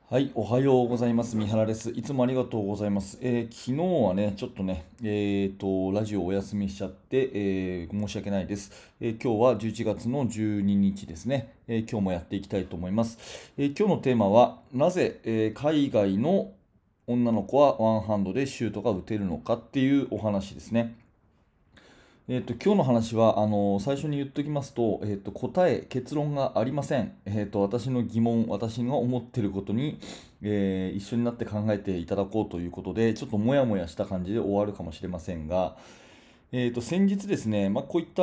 はい、おはようございます。三原です。いつもありがとうございます。昨日はね、ちょっとね、ラジオお休みしちゃって、申し訳ないです。今日は11月の12日ですね、今日もやっていきたいと思います。今日のテーマは、なぜ、海外の女の子はワンハンドでシュートが打てるのかっていうお話ですね。今日の話は、最初に言っときますと、結論がありません。私の疑問、私が思っていることに、一緒になって考えていただこうということで、ちょっともやもやした感じで終わるかもしれませんが、先日ですね、こういった、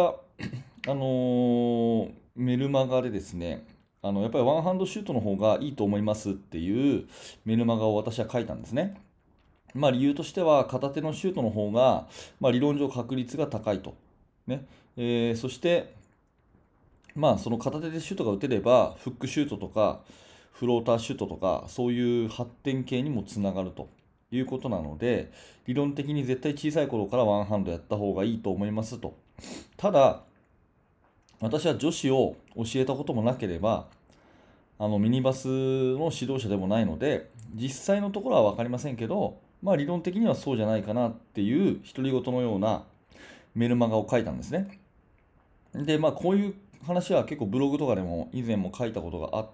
メルマガでですね、やっぱりワンハンドシュートの方がいいと思いますっていうメルマガを私は書いたんですね。理由としては、片手のシュートの方が、理論上確率が高いと。ね。そして、その片手でシュートが打てれば、フックシュートとか、フローターシュートとか、そういう発展系にもつながるということなので、理論的に絶対小さい頃からワンハンドやった方がいいと思いますと。ただ、私は女子を教えたこともなければ、ミニバスの指導者でもないので、実際のところは分かりませんけど、理論的にはそうじゃないかなっていう独り言のようなメルマガを書いたんですね。で、こういう話は結構ブログとかでも以前も書いたことがあって、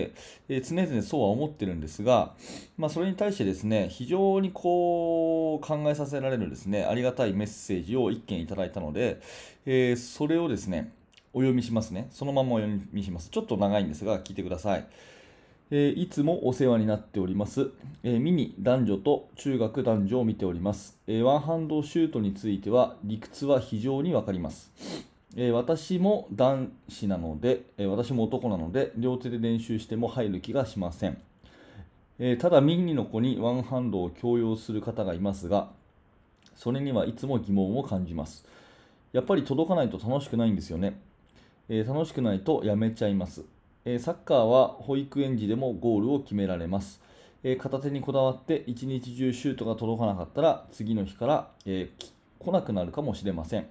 常々そうは思ってるんですが、それに対してですね、非常にこう考えさせられるですね、ありがたいメッセージを一件いただいたので、それをですね、お読みしますね。そのままお読みします。ちょっと長いんですが、聞いてください。いつもお世話になっております。ミニ男女と中学男女を見ております。ワンハンドシュートについては理屈は非常にわかります。私も男子なので、私も男なので、両手で練習しても入る気がしません。ただ、ミニの子にワンハンドを強要する方がいますが、それにはいつも疑問を感じます。やっぱり届かないと楽しくないんですよね。楽しくないとやめちゃいます。サッカーは保育園児でもゴールを決められます。片手にこだわって一日中シュートが届かなかったら次の日から、来なくなるかもしれません。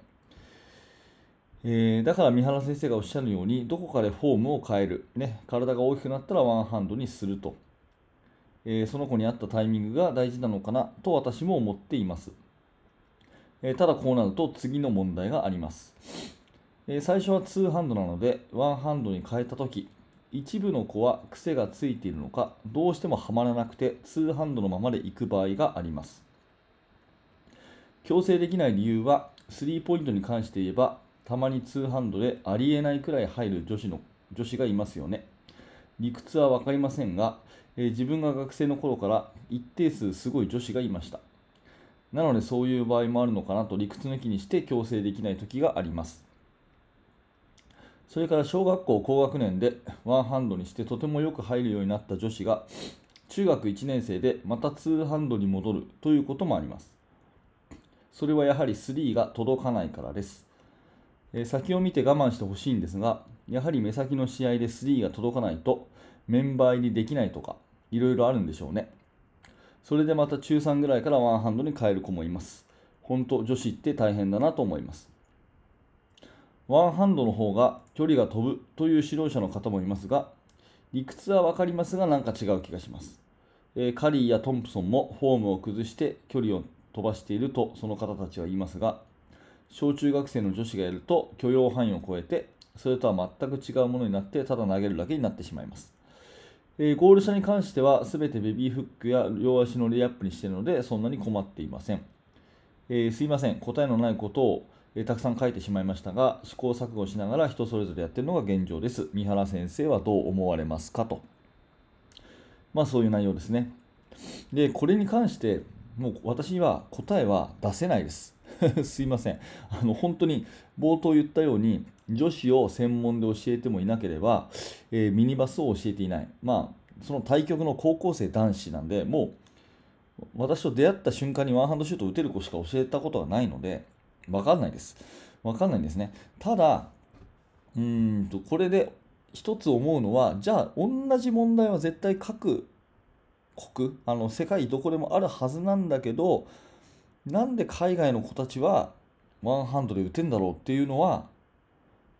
だから三原先生がおっしゃるようにどこかでフォームを変える、体が大きくなったらワンハンドにすると、その子に合ったタイミングが大事なのかなと私も思っています。ただこうなると次の問題があります。最初はツーハンドなのでワンハンドに変えたとき、一部の子は癖がついているのかどうしてもはまらなくてツーハンドのままで行く場合があります。強制できない理由はスリーポイントに関して言えばたまにツーハンドでありえないくらい入る女子がいますよね。理屈は分かりませんが、自分が学生の頃から一定数すごい女子がいました。なのでそういう場合もあるのかなと理屈抜きにして強制できない時があります。それから小学校高学年でワンハンドにしてとてもよく入るようになった女子が中学1年生でまたツーハンドに戻るということもあります。それはやはりスリーが届かないからです。先を見て我慢してほしいんですが、やはり目先の試合でスリーが届かないとメンバー入りできないとかいろいろあるんでしょうね。それでまた中3ぐらいからワンハンドに変える子もいます。本当女子って大変だなと思います。ワンハンドの方が距離が飛ぶという指導者の方もいますが、理屈は分かりますがなんか違う気がします。カリーやトンプソンもフォームを崩して距離を飛ばしているとその方たちは言いますが、小中学生の女子がやると許容範囲を超えて、それとは全く違うものになってただ投げるだけになってしまいます。ゴール下に関しては全てベビーフックや両足のレイアップにしているのでそんなに困っていません。すいません、答えのないことを、たくさん書いてしまいましたが、試行錯誤しながら人それぞれやっているのが現状です。三原先生はどう思われますかと。そういう内容ですね。で、これに関して、もう私は答えは出せないです。すいません。本当に冒頭言ったように、女子を専門で教えてもいなければ、ミニバスを教えていない。その対局の高校生男子なんで、もう私と出会った瞬間にワンハンドシュートを打てる子しか教えたことがないので、わかんないです。わかんないんですね。ただ、これで一つ思うのは、じゃあ同じ問題は絶対各国、世界どこでもあるはずなんだけど、なんで海外の子たちはワンハンドで打てんだろうっていうのは、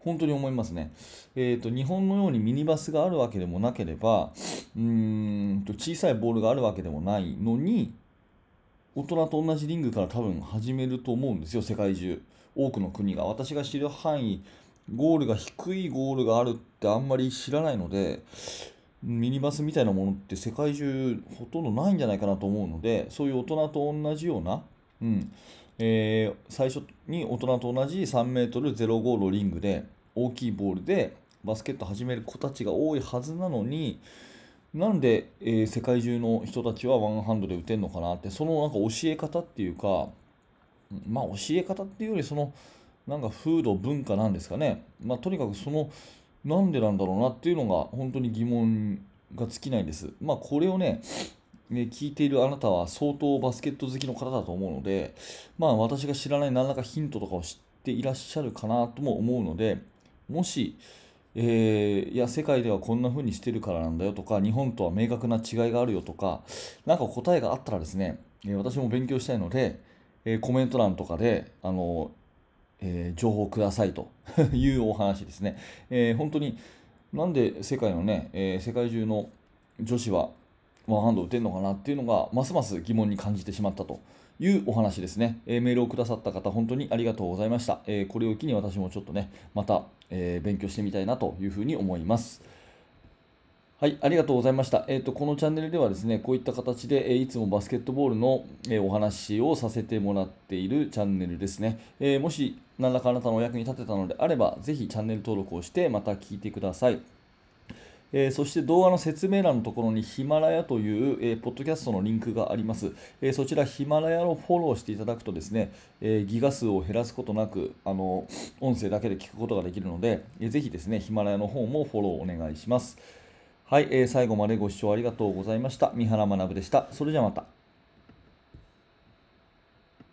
本当に思いますね。日本のようにミニバスがあるわけでもなければ、小さいボールがあるわけでもないのに、大人と同じリングから多分始めると思うんですよ、世界中。多くの国が。私が知る範囲、低いゴールがあるってあんまり知らないので、ミニバスみたいなものって世界中ほとんどないんじゃないかなと思うので、そういう大人と同じような、最初に大人と同じ3メートル05のリングで大きいボールでバスケット始める子たちが多いはずなのに、なんで、世界中の人たちはワンハンドで打てるのかなって、そのなんか教え方っていうか、教え方っていうよりなんか風土文化なんですかね。とにかくなんでなんだろうなっていうのが本当に疑問が尽きないんです。これを聞いているあなたは相当バスケット好きの方だと思うので、私が知らない何らかヒントとかを知っていらっしゃるかなとも思うので、もし、いや、世界ではこんな風にしてるからなんだよとか、日本とは明確な違いがあるよとか、なんか答えがあったらですね、私も勉強したいので、コメント欄とかで、情報くださいというお話ですね。本当になんで世界のね、世界中の女子はワンハンド打てるのかなっていうのがますます疑問に感じてしまったというお話ですね。メールをくださった方本当にありがとうございました。これを機に私もちょっとねまた、勉強してみたいなというふうに思います。はい、ありがとうございました。このチャンネルではですね、こういった形で、いつもバスケットボールの、お話をさせてもらっているチャンネルですね。もし何らかあなたのお役に立てたのであれば、ぜひチャンネル登録をしてまた聞いてください。そして動画の説明欄のところにヒマラヤという、ポッドキャストのリンクがあります。そちらヒマラヤをフォローしていただくとですね、ギガ数を減らすことなく、音声だけで聞くことができるので、ぜひですね、ヒマラヤの方もフォローお願いします。はい、最後までご視聴ありがとうございました。三原学でした。それじゃあまた。